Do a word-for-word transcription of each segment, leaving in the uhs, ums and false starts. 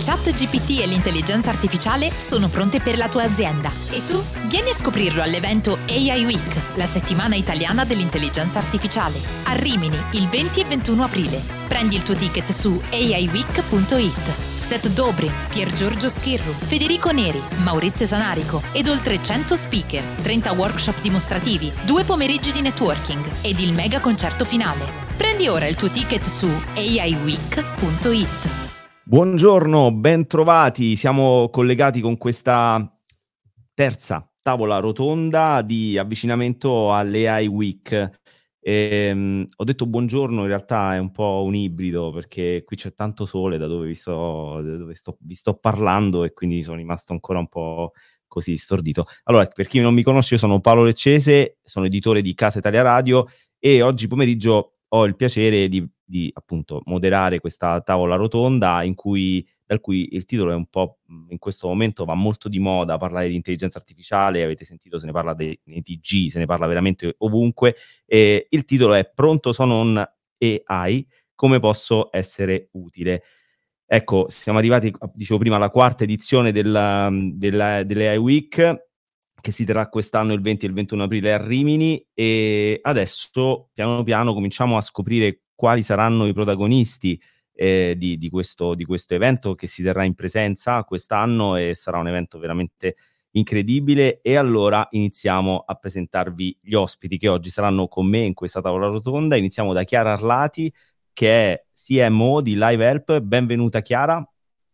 ChatGPT e l'intelligenza artificiale sono pronte per la tua azienda. E tu? Vieni a scoprirlo all'evento A I Week, la settimana italiana dell'intelligenza artificiale, a Rimini il venti e ventuno aprile. Prendi il tuo ticket su a i week punto it. Seth Dobrin, Pier Giorgio Schirru, Federico Neri, Maurizio Sanarico ed oltre cento speaker, trenta workshop dimostrativi, due pomeriggi di networking ed il mega concerto finale. Prendi ora il tuo ticket su a i week punto it. Buongiorno, ben trovati. Siamo collegati con questa terza tavola rotonda di avvicinamento alle A I Week. Ehm, ho detto buongiorno, in realtà è un po' un ibrido perché qui c'è tanto sole da dove vi sto, da dove sto, vi sto parlando e quindi sono rimasto ancora un po' così stordito. Allora, per chi non mi conosce, io sono Paolo Leccese, sono editore di Casa Italia Radio e oggi pomeriggio ho il piacere di, di appunto moderare questa tavola rotonda in cui, dal cui il titolo è un po', in questo momento va molto di moda parlare di intelligenza artificiale, avete sentito, se ne parla dei, dei T G, se ne parla veramente ovunque, e il titolo è Pronto sono un A I, come posso essere utile? Ecco, siamo arrivati, dicevo prima, alla quarta edizione della, della, delle A I Week, che si terrà quest'anno il venti e il ventuno aprile a Rimini, e adesso piano piano cominciamo a scoprire quali saranno i protagonisti eh, di, di, questo, di questo evento che si terrà in presenza quest'anno e sarà un evento veramente incredibile. E allora iniziamo a presentarvi gli ospiti che oggi saranno con me in questa tavola rotonda. Iniziamo da Chiara Arlati, che è C M O di Live Help. Benvenuta Chiara.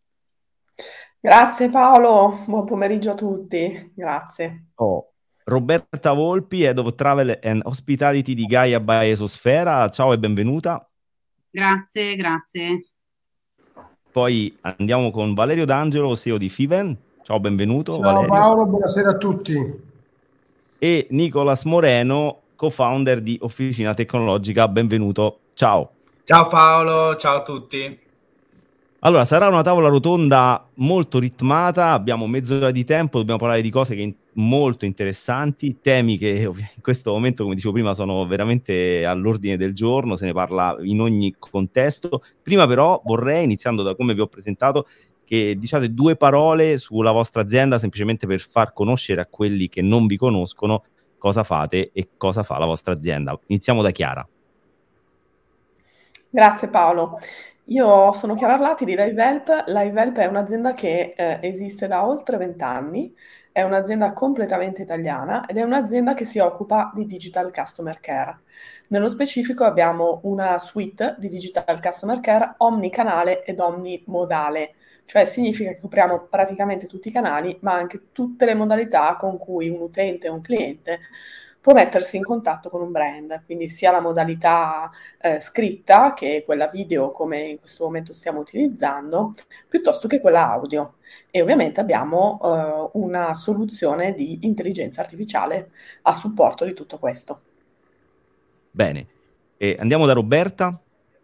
Grazie Paolo, buon pomeriggio a tutti, grazie. Oh. Roberta Volpi, Head of Travel and Hospitality di Gaia by Esosfera, ciao e benvenuta. Grazie, grazie. Poi andiamo con Valerio D'Angelo, C E O di Fiven, ciao, benvenuto. Ciao Valerio. Paolo, buonasera a tutti. E Nicolas Moreno, co-founder di Officina Tecnologica, benvenuto, ciao. Ciao Paolo, ciao a tutti. Allora, sarà una tavola rotonda molto ritmata, abbiamo mezz'ora di tempo, dobbiamo parlare di cose che molto interessanti, temi che in questo momento, come dicevo prima, sono veramente all'ordine del giorno, se ne parla in ogni contesto. Prima però vorrei, iniziando da come vi ho presentato, che diciate due parole sulla vostra azienda, semplicemente per far conoscere a quelli che non vi conoscono cosa fate e cosa fa la vostra azienda. Iniziamo da Chiara. Grazie Paolo. Io sono Chiara Arlati di Live Help. Live Help è un'azienda che eh, esiste da oltre vent'anni, è un'azienda completamente italiana ed è un'azienda che si occupa di Digital Customer Care. Nello specifico abbiamo una suite di Digital Customer Care omnicanale ed omnimodale, cioè significa che copriamo praticamente tutti i canali, ma anche tutte le modalità con cui un utente o un cliente può mettersi in contatto con un brand, quindi sia la modalità eh, scritta, che è quella video come in questo momento stiamo utilizzando, piuttosto che quella audio. E ovviamente abbiamo eh, una soluzione di intelligenza artificiale a supporto di tutto questo. Bene, e andiamo da Roberta.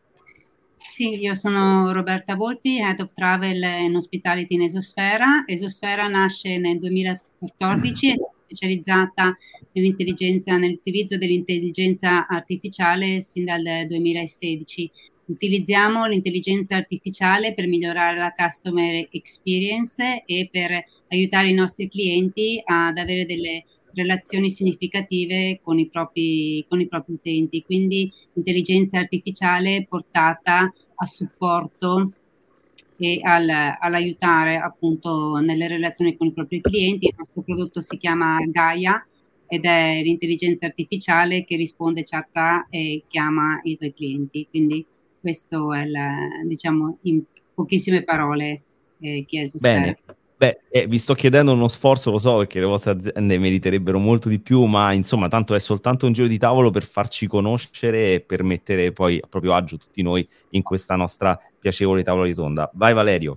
Sì, io sono Roberta Volpi, Head of Travel and Hospitality in Esosfera. Esosfera nasce nel duemilaquattordici e si è specializzata nell'intelligenza, nell'utilizzo dell'intelligenza artificiale sin dal duemilasedici. Utilizziamo l'intelligenza artificiale per migliorare la customer experience e per aiutare i nostri clienti ad avere delle relazioni significative con i propri, con i propri utenti, quindi intelligenza artificiale portata a supporto e al, all'aiutare appunto nelle relazioni con i propri clienti. Il nostro prodotto si chiama Gaia ed è l'intelligenza artificiale che risponde, chatta e chiama i tuoi clienti. Quindi questo è, il, diciamo, in pochissime parole eh, chi è Esosfera. Bene. Beh, eh, vi sto chiedendo uno sforzo, lo so, perché le vostre aziende meriterebbero molto di più, ma insomma, tanto è soltanto un giro di tavolo per farci conoscere e per mettere poi a proprio agio tutti noi in questa nostra piacevole tavola rotonda. Vai Valerio.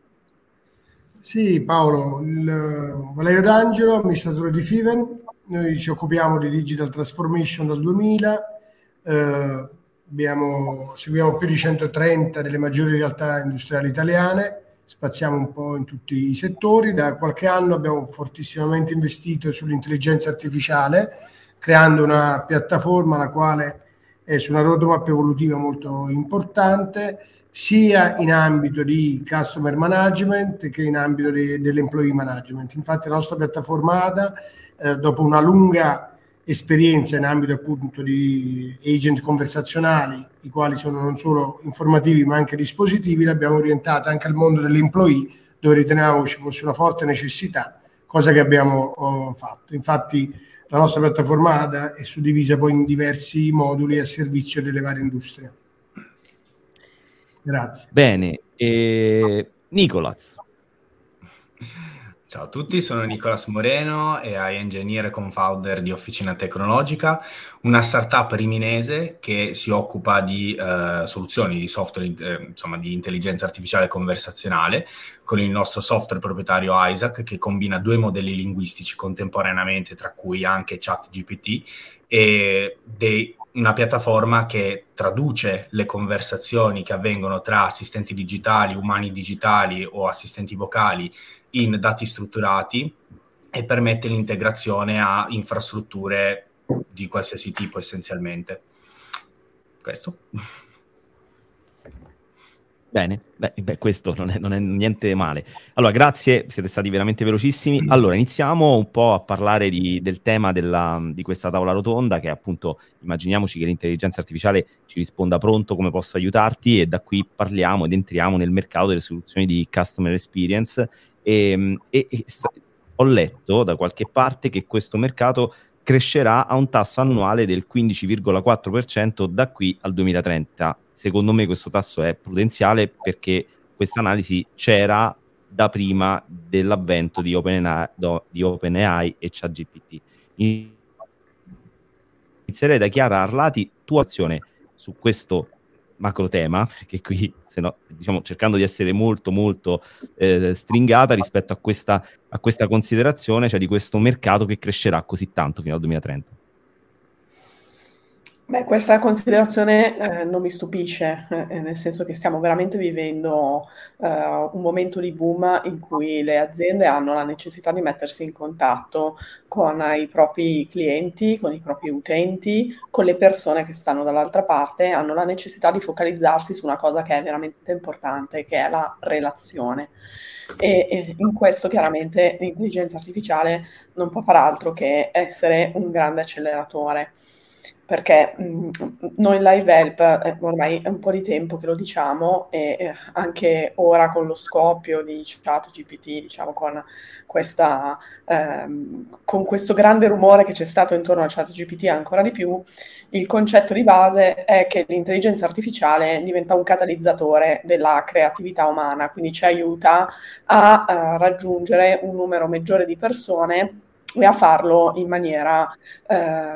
Sì, Paolo, il, Valerio D'Angelo, amministratore di Fiven. Noi ci occupiamo di digital transformation dal duemila, eh, abbiamo, seguiamo più di centotrenta delle maggiori realtà industriali italiane. Spaziamo un po' in tutti i settori. Da qualche anno abbiamo fortissimamente investito sull'intelligenza artificiale, creando una piattaforma la quale è su una roadmap evolutiva molto importante sia in ambito di customer management che in ambito di, dell'employee management. Infatti la nostra piattaforma A D A, eh, dopo una lunga esperienza in ambito appunto di agent conversazionali, i quali sono non solo informativi ma anche dispositivi, l'abbiamo orientata anche al mondo dell'employee, dove ritenevamo ci fosse una forte necessità, cosa che abbiamo oh, fatto. Infatti la nostra piattaforma A D A è suddivisa poi in diversi moduli a servizio delle varie industrie. Grazie. Bene, e... Nicolas. Ciao a tutti, sono Nicolas Moreno, A I Engineer e co-founder di Officina Tecnologica, una startup riminese che si occupa di uh, soluzioni di software, eh, insomma, di intelligenza artificiale conversazionale, con il nostro software proprietario Isaac, che combina due modelli linguistici contemporaneamente, tra cui anche ChatGPT, e dei una piattaforma che traduce le conversazioni che avvengono tra assistenti digitali, umani digitali o assistenti vocali in dati strutturati e permette l'integrazione a infrastrutture di qualsiasi tipo essenzialmente. Questo. Bene, beh, beh questo non è, non è niente male. Allora, grazie, siete stati veramente velocissimi. Allora, iniziamo un po' a parlare di, del tema della, di questa tavola rotonda, che appunto, immaginiamoci che l'intelligenza artificiale ci risponda pronto come posso aiutarti, e da qui parliamo ed entriamo nel mercato delle soluzioni di customer experience. E, e, e ho letto da qualche parte che questo mercato crescerà a un tasso annuale del quindici virgola quattro per cento da qui al duemilatrenta. Secondo me questo tasso è prudenziale, perché questa analisi c'era da prima dell'avvento di OpenAI, di OpenAI e ChatGPT. Inizierei da Chiara Arlati, tua azione su questo macro tema, che qui, se no, diciamo, cercando di essere molto molto eh, stringata rispetto a questa, a questa considerazione, cioè di questo mercato che crescerà così tanto fino al duemilatrenta. Beh, questa considerazione eh, non mi stupisce, eh, nel senso che stiamo veramente vivendo eh, un momento di boom in cui le aziende hanno la necessità di mettersi in contatto con i propri clienti, con i propri utenti, con le persone che stanno dall'altra parte, hanno la necessità di focalizzarsi su una cosa che è veramente importante, che è la relazione. E, e in questo chiaramente l'intelligenza artificiale non può far altro che essere un grande acceleratore. Perché mh, noi Live Help eh, ormai è un po' di tempo che lo diciamo, e eh, anche ora con lo scoppio di ChatGPT, diciamo con, questa, ehm, con questo grande rumore che c'è stato intorno a ChatGPT ancora di più, il concetto di base è che l'intelligenza artificiale diventa un catalizzatore della creatività umana, quindi ci aiuta a, a raggiungere un numero maggiore di persone e a farlo in maniera eh,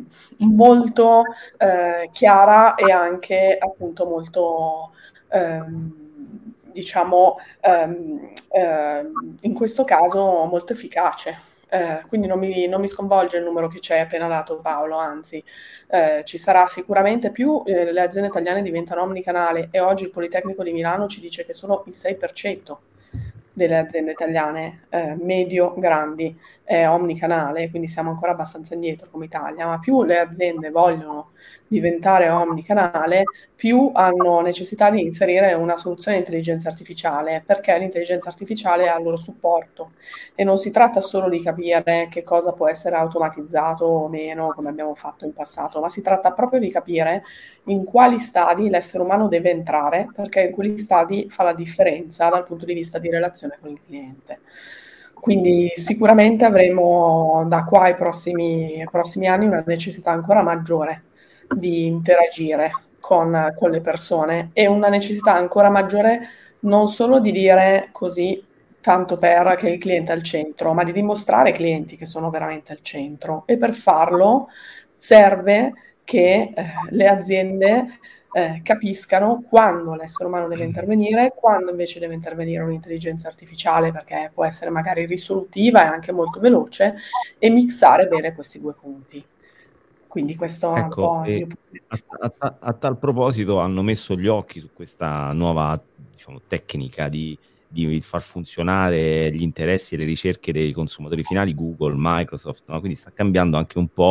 molto eh, chiara e anche appunto molto ehm, diciamo ehm, ehm, in questo caso molto efficace. Eh, quindi non mi, non mi sconvolge il numero che ci hai appena dato, Paolo, anzi eh, ci sarà sicuramente più, eh, le aziende italiane diventano omnicanale, e oggi il Politecnico di Milano ci dice che solo il sei per cento delle aziende italiane eh, medio-grandi è omnicanale, quindi siamo ancora abbastanza indietro come Italia, ma più le aziende vogliono diventare omnicanale, più hanno necessità di inserire una soluzione di intelligenza artificiale, perché l'intelligenza artificiale ha il loro supporto, e non si tratta solo di capire che cosa può essere automatizzato o meno, come abbiamo fatto in passato, ma si tratta proprio di capire in quali stadi l'essere umano deve entrare, perché in quegli stadi fa la differenza dal punto di vista di relazione con il cliente. Quindi sicuramente avremo da qua ai prossimi, ai prossimi anni una necessità ancora maggiore di interagire con, con le persone, e una necessità ancora maggiore non solo di dire così tanto per che il cliente è al centro, ma di dimostrare ai clienti che sono veramente al centro, e per farlo serve che eh, le aziende eh, capiscano quando l'essere umano deve intervenire, quando invece deve intervenire un'intelligenza artificiale, perché può essere magari risolutiva e anche molto veloce, e mixare bene questi due punti. Quindi questo è ecco, un po' il mio punto di vista. A, a, a tal proposito hanno messo gli occhi su questa nuova, diciamo, tecnica di, di far funzionare gli interessi e le ricerche dei consumatori finali, Google, Microsoft, no? Quindi sta cambiando anche un po'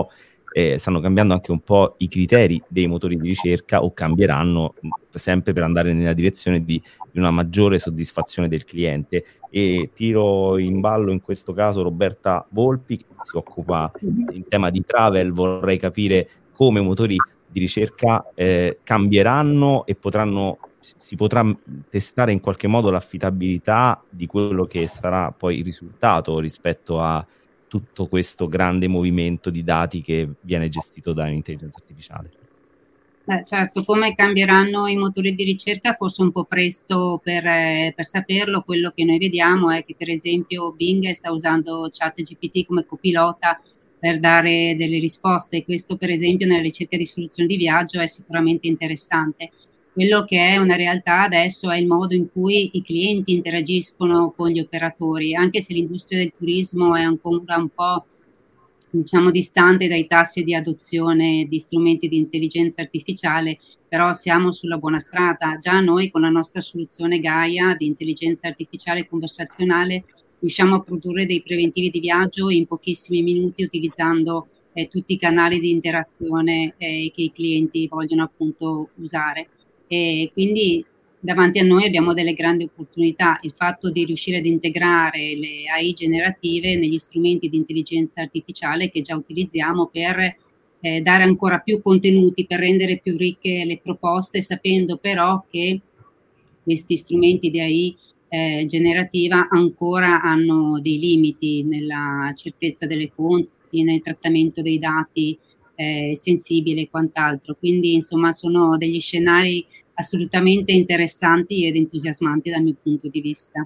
eh, stanno cambiando anche un po' i criteri dei motori di ricerca, o cambieranno sempre per andare nella direzione di, di una maggiore soddisfazione del cliente. E tiro in ballo in questo caso Roberta Volpi, che si occupa in tema di travel. Vorrei capire come i motori di ricerca eh, cambieranno e potranno, si potrà testare in qualche modo l'affidabilità di quello che sarà poi il risultato rispetto a tutto questo grande movimento di dati che viene gestito da un'intelligenza artificiale. Beh, certo, come cambieranno i motori di ricerca forse un po' presto per, eh, per saperlo. Quello che noi vediamo è che per esempio Bing sta usando ChatGPT come copilota per dare delle risposte, e questo per esempio nella ricerca di soluzioni di viaggio è sicuramente interessante. Quello che è una realtà adesso è il modo in cui i clienti interagiscono con gli operatori, anche se l'industria del turismo è ancora un po', diciamo, distante dai tassi di adozione di strumenti di intelligenza artificiale, però siamo sulla buona strada. Già noi con la nostra soluzione Gaia di intelligenza artificiale conversazionale riusciamo a produrre dei preventivi di viaggio in pochissimi minuti utilizzando eh, tutti i canali di interazione eh, che i clienti vogliono appunto usare. E quindi davanti a noi abbiamo delle grandi opportunità. Il fatto di riuscire ad integrare le A I generative negli strumenti di intelligenza artificiale che già utilizziamo per eh, dare ancora più contenuti, per rendere più ricche le proposte, sapendo però che questi strumenti di A I eh, generativa ancora hanno dei limiti nella certezza delle fonti, nel trattamento dei dati eh, sensibili e quant'altro. Quindi insomma sono degli scenari assolutamente interessanti ed entusiasmanti dal mio punto di vista.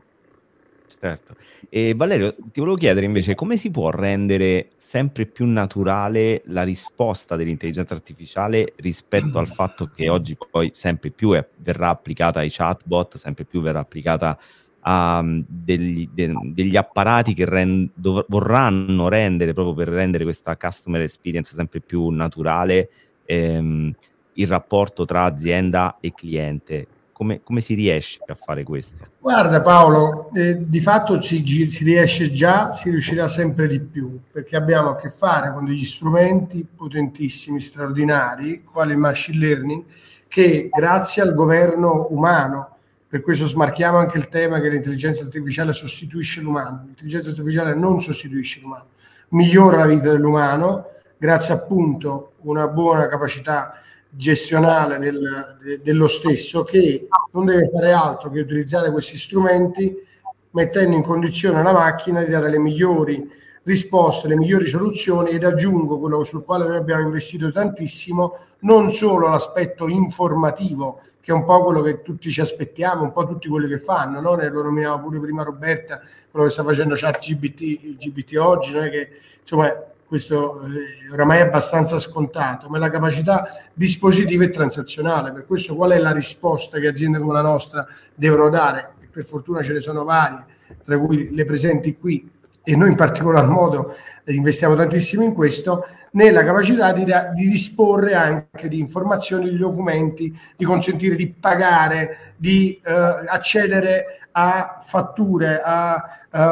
Certo. E Valerio, ti volevo chiedere invece come si può rendere sempre più naturale la risposta dell'intelligenza artificiale rispetto al fatto che oggi poi sempre più è, verrà applicata ai chatbot, sempre più verrà applicata a um, degli, de, degli apparati che rend, dov- vorranno rendere, proprio per rendere questa customer experience sempre più naturale, ehm, il rapporto tra azienda e cliente. Come, come si riesce a fare questo? Guarda Paolo, eh, di fatto si, si riesce già, si riuscirà sempre di più, perché abbiamo a che fare con degli strumenti potentissimi, straordinari, quali il machine learning, che grazie al governo umano, per questo smarchiamo anche il tema che l'intelligenza artificiale sostituisce l'umano. L'intelligenza artificiale non sostituisce l'umano, migliora la vita dell'umano, grazie appunto a una buona capacità gestionale del, de, dello stesso, che non deve fare altro che utilizzare questi strumenti mettendo in condizione la macchina di dare le migliori risposte, le migliori soluzioni. Ed aggiungo quello sul quale noi abbiamo investito tantissimo, non solo l'aspetto informativo, che è un po' quello che tutti ci aspettiamo, un po' tutti quelli che fanno, no? Ne lo nominava pure prima Roberta, quello che sta facendo ChatGPT G P T oggi, non è che insomma questo eh, oramai è abbastanza scontato, ma la capacità dispositiva e transazionale. Per questo qual è la risposta che aziende come la nostra devono dare? E per fortuna ce ne sono varie, tra cui le presenti qui, e noi in particolar modo investiamo tantissimo in questo, nella capacità di, di disporre anche di informazioni, di documenti, di consentire di pagare, di eh, accedere a fatture, a,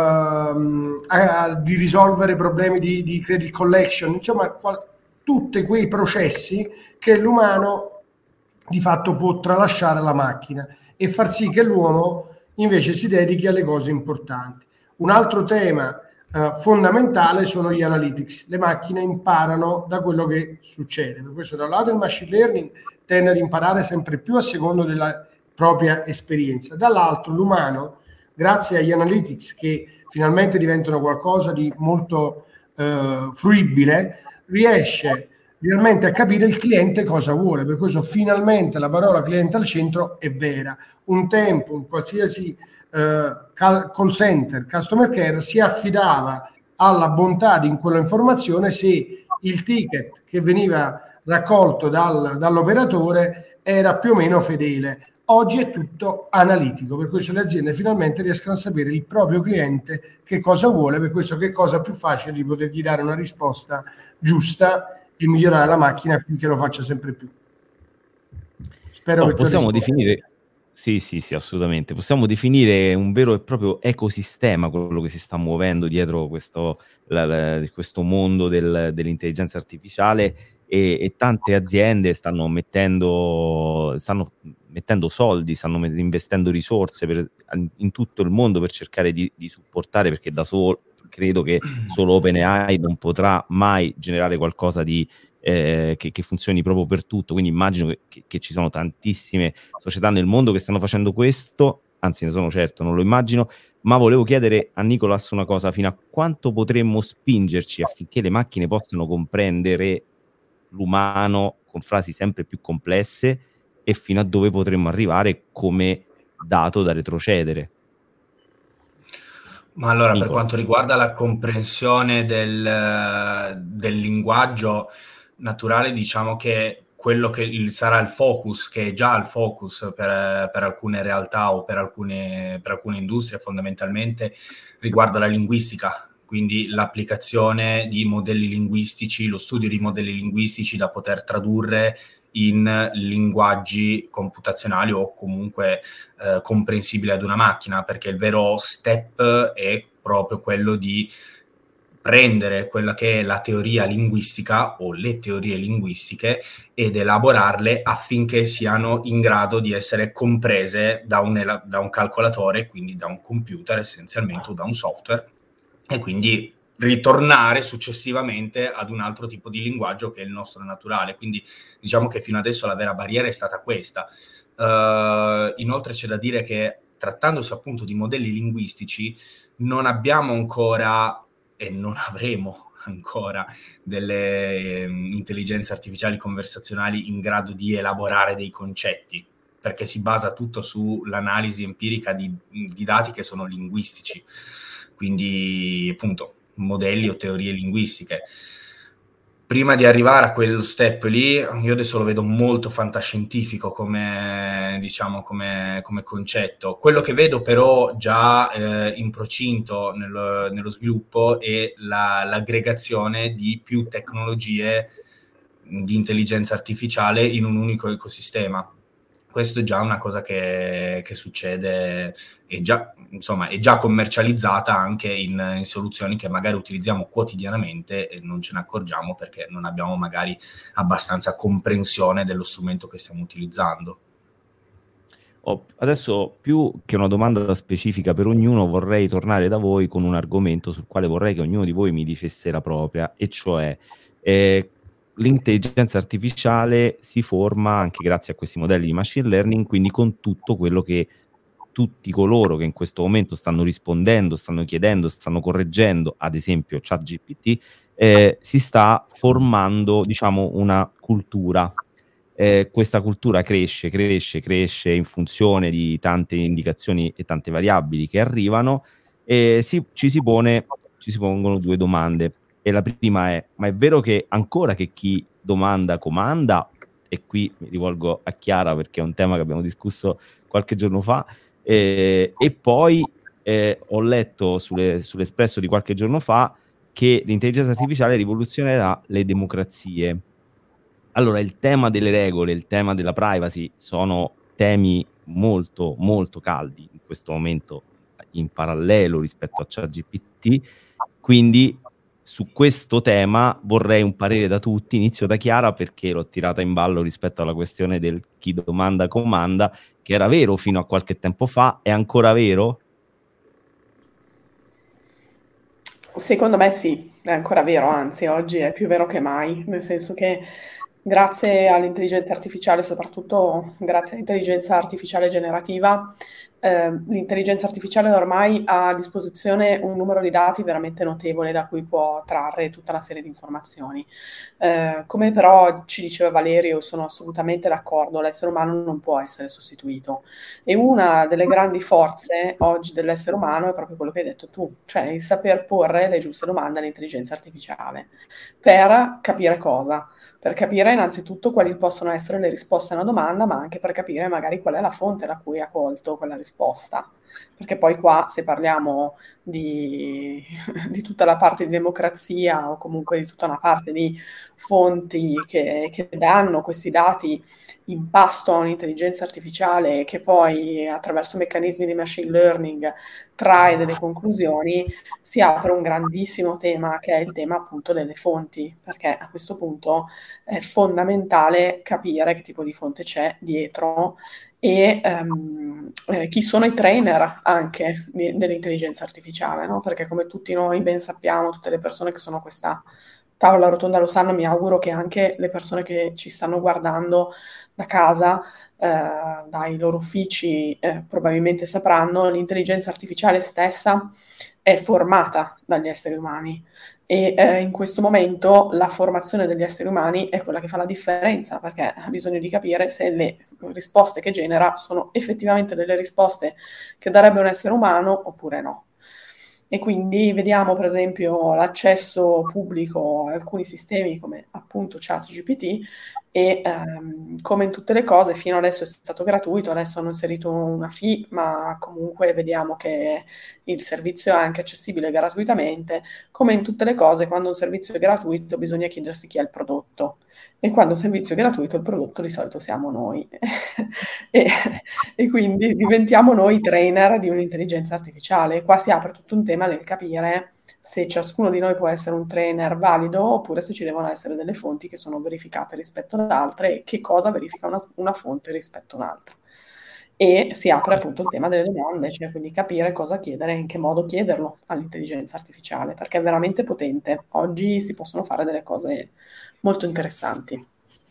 a, a, di risolvere problemi di, di credit collection, insomma qual, tutti quei processi che l'umano di fatto può tralasciare alla macchina e far sì che l'uomo invece si dedichi alle cose importanti. Un altro tema eh, fondamentale sono gli analytics. Le macchine imparano da quello che succede. Per questo da un lato il machine learning tende ad imparare sempre più a secondo della propria esperienza. Dall'altro l'umano, grazie agli analytics che finalmente diventano qualcosa di molto eh, fruibile, riesce realmente a capire il cliente cosa vuole. Per questo finalmente la parola cliente al centro è vera. Un tempo, un qualsiasi eh, call center, customer care, si affidava alla bontà di quella informazione se il ticket che veniva raccolto dal, dall'operatore era più o meno fedele. Oggi è tutto analitico, per questo le aziende finalmente riescono a sapere il proprio cliente che cosa vuole, per questo che cosa più facile di potergli dare una risposta giusta e migliorare la macchina affinché lo faccia sempre più. Spero no, che possiamo definire Sì, sì, sì, assolutamente. Possiamo definire un vero e proprio ecosistema quello che si sta muovendo dietro questo, la, la, questo mondo del, dell'intelligenza artificiale e, e tante aziende stanno mettendo, stanno mettendo soldi, stanno met- investendo risorse per, in tutto il mondo per cercare di, di supportare, perché da solo credo che solo OpenAI non potrà mai generare qualcosa di Eh, che, che funzioni proprio per tutto, quindi immagino che, che, che ci sono tantissime società nel mondo che stanno facendo questo, anzi ne sono certo, non lo immagino, ma volevo chiedere a Nicolas una cosa: fino a quanto potremmo spingerci affinché le macchine possano comprendere l'umano con frasi sempre più complesse, e fino a dove potremmo arrivare come dato da retrocedere? Ma allora, per Nicolas. quanto riguarda la comprensione del, del linguaggio naturale, diciamo che quello che il, sarà il focus, che è già il focus per, per alcune realtà o per alcune, per alcune industrie, fondamentalmente riguarda la linguistica, quindi l'applicazione di modelli linguistici, lo studio di modelli linguistici da poter tradurre in linguaggi computazionali o comunque eh, comprensibili ad una macchina, perché il vero step è proprio quello di prendere quella che è la teoria linguistica o le teorie linguistiche ed elaborarle affinché siano in grado di essere comprese da un, da un calcolatore, quindi da un computer essenzialmente o da un software, e quindi ritornare successivamente ad un altro tipo di linguaggio che è il nostro naturale. Quindi diciamo che fino adesso la vera barriera è stata questa. Uh, inoltre c'è da dire che, trattandosi appunto di modelli linguistici, non abbiamo ancora e non avremo ancora delle eh, intelligenze artificiali conversazionali in grado di elaborare dei concetti, perché si basa tutto sull'analisi empirica di, di dati che sono linguistici, quindi appunto modelli o teorie linguistiche. Prima di arrivare a quello step lì, io adesso lo vedo molto fantascientifico come, diciamo, come, come concetto. Quello che vedo però già eh, in procinto nello, nello sviluppo è la, l'aggregazione di più tecnologie di intelligenza artificiale in un unico ecosistema. Questo è già una cosa che, che succede, è già, insomma, è già commercializzata anche in, in soluzioni che magari utilizziamo quotidianamente e non ce ne accorgiamo perché non abbiamo magari abbastanza comprensione dello strumento che stiamo utilizzando. Oh, adesso, più che una domanda specifica per ognuno, vorrei tornare da voi con un argomento sul quale vorrei che ognuno di voi mi dicesse la propria, e cioè eh, l'intelligenza artificiale si forma anche grazie a questi modelli di machine learning, quindi con tutto quello che tutti coloro che in questo momento stanno rispondendo, stanno chiedendo, stanno correggendo, ad esempio ChatGPT, eh, si sta formando, diciamo, una cultura. Eh, questa cultura cresce, cresce, cresce in funzione di tante indicazioni e tante variabili che arrivano, e si, ci, si pone, ci si pongono due domande. E la prima è: ma è vero che ancora che chi domanda comanda? E qui mi rivolgo a Chiara perché è un tema che abbiamo discusso qualche giorno fa. Eh, e poi eh, ho letto sulle, sull'Espresso di qualche giorno fa che l'intelligenza artificiale rivoluzionerà le democrazie. Allora, il tema delle regole, il tema della privacy sono temi molto, molto caldi in questo momento, in parallelo rispetto a ChatGPT. Quindi su questo tema vorrei un parere da tutti. Inizio da Chiara perché l'ho tirata in ballo rispetto alla questione del chi domanda comanda, che era vero fino a qualche tempo fa. È ancora vero? Secondo me sì, è ancora vero, anzi oggi è più vero che mai, nel senso che grazie all'intelligenza artificiale, soprattutto grazie all'intelligenza artificiale generativa, eh, l'intelligenza artificiale ormai ha a disposizione un numero di dati veramente notevole da cui può trarre tutta una serie di informazioni. Eh, come però ci diceva Valerio, sono assolutamente d'accordo, l'essere umano non può essere sostituito. E una delle grandi forze oggi dell'essere umano è proprio quello che hai detto tu, cioè il saper porre le giuste domande all'intelligenza artificiale per capire cosa. Per capire innanzitutto quali possono essere le risposte a una domanda, ma anche per capire magari qual è la fonte da cui ha colto quella risposta. perché poi qua se parliamo di, di tutta la parte di democrazia o comunque di tutta una parte di fonti che, che danno questi dati in pasto a un'intelligenza artificiale che poi attraverso meccanismi di machine learning trae delle conclusioni, si apre un grandissimo tema che è il tema appunto delle fonti, perché a questo punto è fondamentale capire che tipo di fonte c'è dietro e um, eh, chi sono i trainer anche di, dell'intelligenza artificiale, no? Perché come tutti noi ben sappiamo, tutte le persone che sono a questa tavola rotonda lo sanno, mi auguro che anche le persone che ci stanno guardando da casa, eh, dai loro uffici, eh, probabilmente sapranno, l'intelligenza artificiale stessa è formata dagli esseri umani e eh, in questo momento la formazione degli esseri umani è quella che fa la differenza, perché ha bisogno di capire se le risposte che genera sono effettivamente delle risposte che darebbe un essere umano oppure no. E quindi vediamo per esempio l'accesso pubblico a alcuni sistemi come appunto ChatGPT e ehm, come in tutte le cose fino adesso è stato gratuito, adesso hanno inserito una fee, ma comunque vediamo che il servizio è anche accessibile gratuitamente. Come in tutte le cose, quando un servizio è gratuito bisogna chiedersi chi è il prodotto e quando un servizio è gratuito il prodotto di solito siamo noi e, e quindi diventiamo noi i trainer di un'intelligenza artificiale. Qua si apre tutto un tema nel capire se ciascuno di noi può essere un trainer valido oppure se ci devono essere delle fonti che sono verificate rispetto ad altre e che cosa verifica una, una fonte rispetto a un'altra. E si apre appunto il tema delle domande, cioè quindi capire cosa chiedere e in che modo chiederlo all'intelligenza artificiale, perché è veramente potente. Oggi si possono fare delle cose molto interessanti.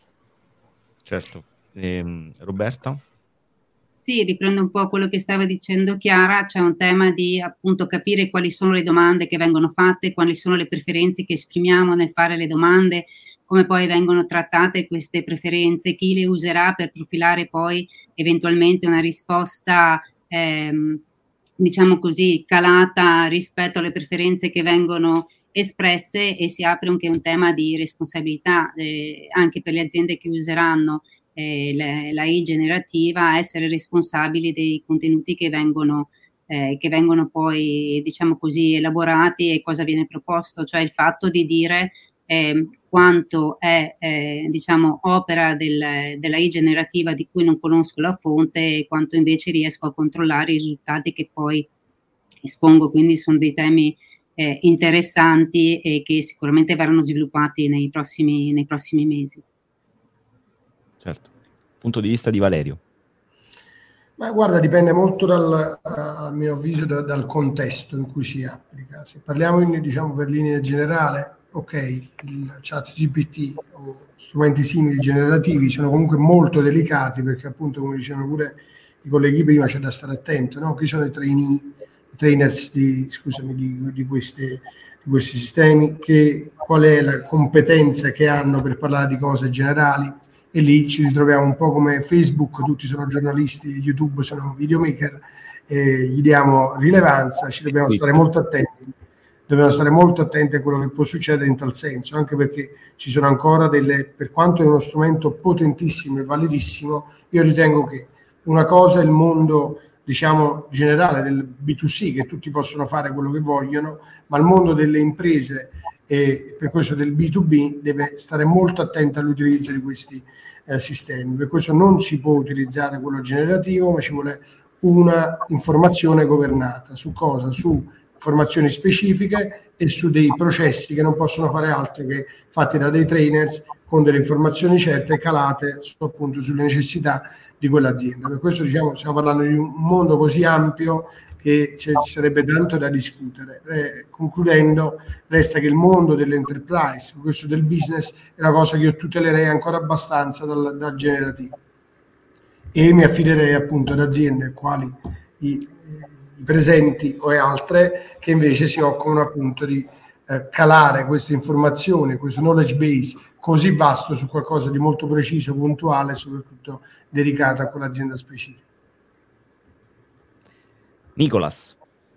Certo. Ehm, Roberta? Sì, riprendo un po' quello che stava dicendo Chiara, c'è un tema di appunto capire quali sono le domande che vengono fatte, quali sono le preferenze che esprimiamo nel fare le domande, come poi vengono trattate queste preferenze, chi le userà per profilare poi eventualmente una risposta, ehm, diciamo così, calata rispetto alle preferenze che vengono espresse, e si apre anche un tema di responsabilità eh, anche per le aziende che useranno eh, le, la I generativa, a essere responsabili dei contenuti che vengono eh, che vengono poi, diciamo così, elaborati e cosa viene proposto, cioè il fatto di dire eh, quanto è eh, diciamo opera del, della I generativa di cui non conosco la fonte e quanto invece riesco a controllare i risultati che poi espongo. Quindi sono dei temi eh, interessanti e che sicuramente verranno sviluppati nei prossimi, nei prossimi mesi. Certo. Punto di vista di Valerio. Ma guarda, dipende molto dal, a mio avviso da, dal contesto in cui si applica. Se parliamo in, diciamo per linea generale, ok, il ChatGPT o strumenti simili generativi sono comunque molto delicati, perché appunto, come dicevano pure i colleghi prima, c'è da stare attento, no? Chi sono i, trainee, i trainers di, scusami, di, di, queste, di questi sistemi, che, qual è la competenza che hanno per parlare di cose generali. E lì ci ritroviamo un po' come Facebook, tutti sono giornalisti, YouTube sono videomaker, eh, gli diamo rilevanza, ci dobbiamo stare molto attenti, dobbiamo stare molto attenti a quello che può succedere in tal senso, anche perché ci sono ancora delle, per quanto è uno strumento potentissimo e validissimo, io ritengo che una cosa è il mondo, diciamo, generale del B due C, che tutti possono fare quello che vogliono, ma il mondo delle imprese e per questo del B due B deve stare molto attento all'utilizzo di questi eh, sistemi. Per questo non si può utilizzare quello generativo, ma ci vuole una informazione governata. Su cosa? Su informazioni specifiche e su dei processi che non possono fare altro che fatti da dei trainers con delle informazioni certe calate su, appunto sulle necessità di quell'azienda. Per questo diciamo stiamo parlando di un mondo così ampio che ci sarebbe tanto da discutere. Eh, concludendo, resta che il mondo dell'enterprise, questo del business, è una cosa che io tutelerei ancora abbastanza dal, dal generativo e mi affiderei appunto ad aziende quali i, i presenti o altre che invece si occupano appunto di eh, calare queste informazioni, questo knowledge base così vasto su qualcosa di molto preciso, puntuale e soprattutto dedicato a quell'azienda specifica. Nicolas.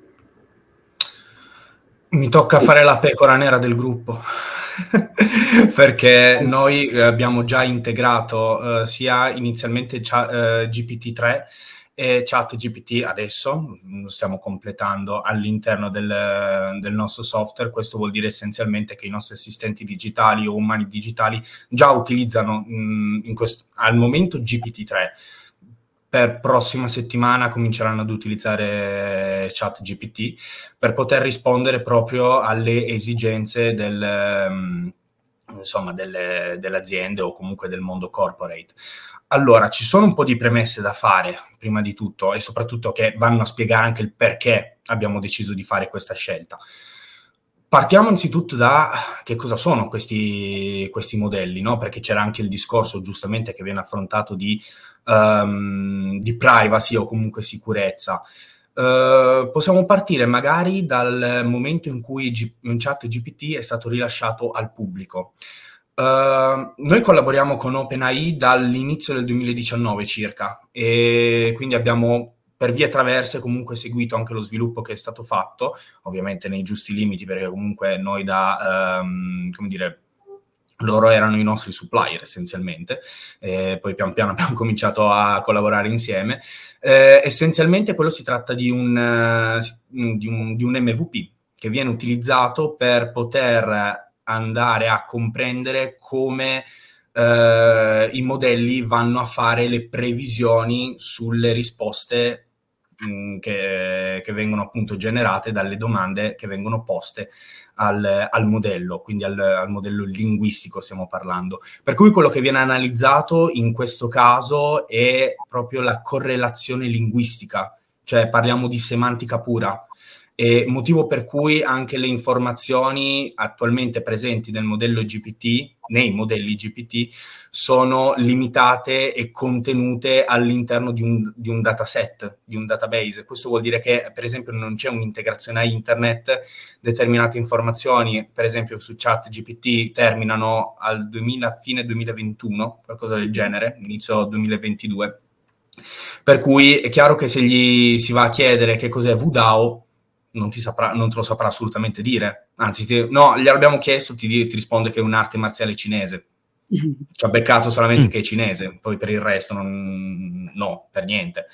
Mi tocca fare la pecora nera del gruppo perché noi abbiamo già integrato eh, sia inizialmente uh, G P T tre e ChatGPT adesso lo stiamo completando all'interno del, del nostro software. Questo vuol dire essenzialmente che i nostri assistenti digitali o umani digitali già utilizzano mh, in questo, al momento G P T tre. Per prossima settimana cominceranno ad utilizzare ChatGPT per poter rispondere proprio alle esigenze del, um, insomma, delle, delle aziende o comunque del mondo corporate. Allora, ci sono un po' di premesse da fare, prima di tutto, e soprattutto che vanno a spiegare anche il perché abbiamo deciso di fare questa scelta. Partiamo innanzitutto da che cosa sono questi, questi modelli, no? Perché c'era anche il discorso, giustamente, che viene affrontato di, um, di privacy o comunque sicurezza. Uh, possiamo partire magari dal momento in cui G- ChatGPT è stato rilasciato al pubblico. Uh, noi collaboriamo con OpenAI dall'inizio del duemiladiciannove circa, e quindi abbiamo per vie traverse comunque seguito anche lo sviluppo che è stato fatto, ovviamente nei giusti limiti, perché comunque noi da, um, come dire, loro erano i nostri supplier essenzialmente, e poi pian piano abbiamo cominciato a collaborare insieme. Eh, essenzialmente quello si tratta di un, uh, di, un, di un M V P che viene utilizzato per poter andare a comprendere come uh, i modelli vanno a fare le previsioni sulle risposte mh, che, che vengono appunto generate dalle domande che vengono poste al, al modello, quindi al, al modello linguistico stiamo parlando. Per cui quello che viene analizzato in questo caso è proprio la correlazione linguistica, cioè parliamo di semantica pura, e motivo per cui anche le informazioni attualmente presenti nel modello G P T, nei modelli G P T, sono limitate e contenute all'interno di un, di un dataset, di un database. Questo vuol dire che, per esempio, non c'è un'integrazione a internet, determinate informazioni, per esempio su ChatGPT, terminano al duemila, fine duemilaventuno, qualcosa del genere, inizio duemilaventidue. Per cui è chiaro che se gli si va a chiedere che cos'è V DAO, non ti saprà, non te lo saprà assolutamente dire. Anzi, ti, no, gliel'abbiamo chiesto, ti, ti risponde che è un'arte marziale cinese. Ci ha beccato solamente mm. che è cinese, poi per il resto non, no, per niente.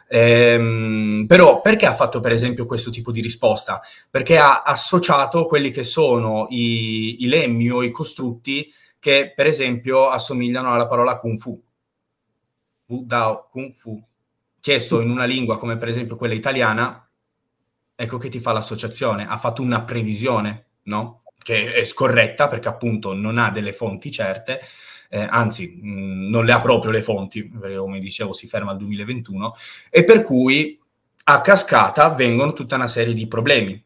Ehm, però perché ha fatto per esempio questo tipo di risposta? Perché ha associato quelli che sono i, i lemmi o i costrutti che per esempio assomigliano alla parola Kung Fu. Wu Dao, Kung Fu. Chiesto in una lingua come per esempio quella italiana, ecco che ti fa l'associazione, ha fatto una previsione, no? Che è scorretta perché appunto non ha delle fonti certe, eh, anzi mh, non le ha proprio le fonti, perché come dicevo si ferma al duemilaventuno, e per cui a cascata vengono tutta una serie di problemi.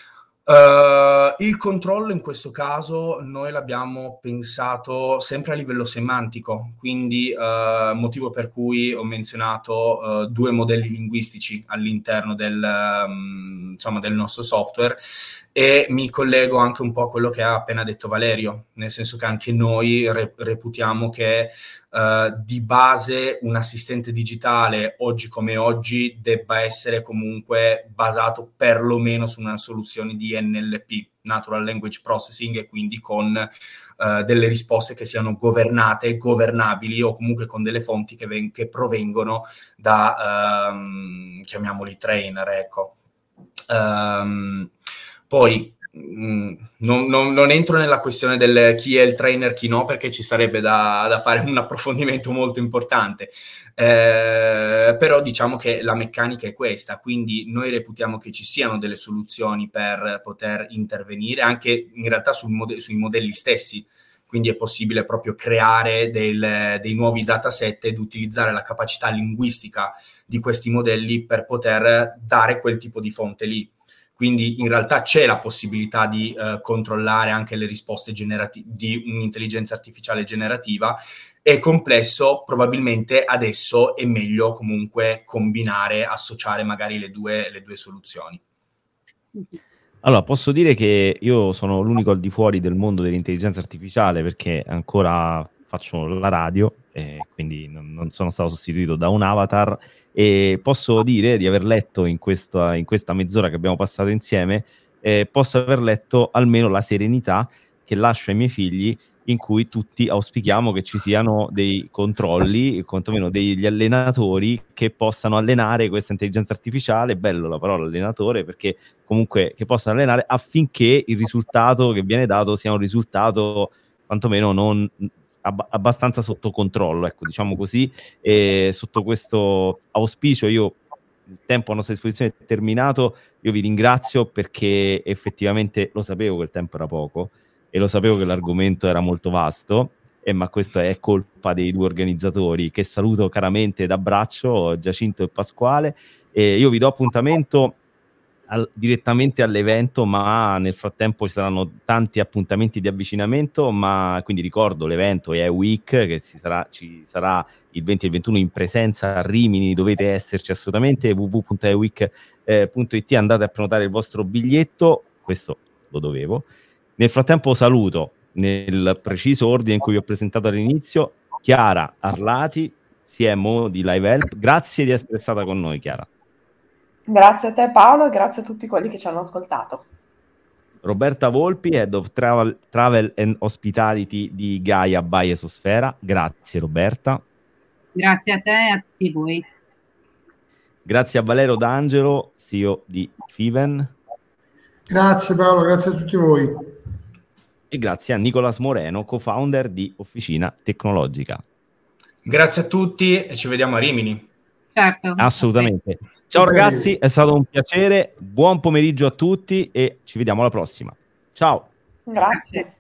Uh, il controllo in questo caso noi l'abbiamo pensato sempre a livello semantico, quindi uh, motivo per cui ho menzionato uh, due modelli linguistici all'interno del, um, insomma, del nostro software, e mi collego anche un po' a quello che ha appena detto Valerio, nel senso che anche noi re- reputiamo che uh, di base un assistente digitale oggi come oggi debba essere comunque basato perlomeno su una soluzione di N L P, Natural Language Processing, e quindi con uh, delle risposte che siano governate, governabili, o comunque con delle fonti che, ven- che provengono da, um, chiamiamoli trainer, ecco. Um, Poi mh, non, non, non entro nella questione del chi è il trainer, chi no, perché ci sarebbe da, da fare un approfondimento molto importante, eh, però diciamo che la meccanica è questa, quindi noi reputiamo che ci siano delle soluzioni per poter intervenire anche in realtà sul mode- sui modelli stessi, quindi è possibile proprio creare del, dei nuovi dataset ed utilizzare la capacità linguistica di questi modelli per poter dare quel tipo di fonte lì. Quindi in realtà c'è la possibilità di uh, controllare anche le risposte generati- di un'intelligenza artificiale generativa. È complesso, probabilmente adesso è meglio comunque combinare, associare magari le due, le due soluzioni. Allora, posso dire che io sono l'unico al di fuori del mondo dell'intelligenza artificiale perché ancora faccio la radio e quindi non, non sono stato sostituito da un avatar, e posso dire di aver letto in questa, in questa mezz'ora che abbiamo passato insieme, eh, posso aver letto almeno la serenità che lascio ai miei figli in cui tutti auspichiamo che ci siano dei controlli, quantomeno degli allenatori che possano allenare questa intelligenza artificiale, bello la parola allenatore, perché comunque che possano allenare affinché il risultato che viene dato sia un risultato quantomeno non ab- abbastanza sotto controllo, ecco, diciamo così. E sotto questo auspicio io, il tempo a nostra disposizione è terminato, io vi ringrazio perché effettivamente lo sapevo che il tempo era poco e lo sapevo che l'argomento era molto vasto, eh, ma questo è colpa dei due organizzatori, che saluto caramente ed abbraccio, Giacinto e Pasquale, e io vi do appuntamento al, direttamente all'evento, ma nel frattempo ci saranno tanti appuntamenti di avvicinamento, ma quindi ricordo l'evento A I Week che si sarà, ci sarà il venti e il ventuno in presenza a Rimini, dovete esserci assolutamente, w w w punto a i week punto i t, andate a prenotare il vostro biglietto, questo lo dovevo. Nel frattempo saluto, nel preciso ordine in cui vi ho presentato all'inizio, Chiara Arlati, C M O di LiveHelp. Grazie di essere stata con noi, Chiara. Grazie a te Paolo e grazie a tutti quelli che ci hanno ascoltato. Roberta Volpi, Head of Travel, Travel and Hospitality di Gaia by Esosfera. Grazie Roberta. Grazie a te e a tutti voi. Grazie a Valerio D'Angelo, C E O di Fiven. Grazie Paolo, grazie a tutti voi. E grazie a Nicolas Moreno, co-founder di Officina Tecnologica. Grazie a tutti e ci vediamo a Rimini. Certo. Assolutamente. Ciao ragazzi, è stato un piacere, buon pomeriggio a tutti e ci vediamo alla prossima. Ciao. Grazie.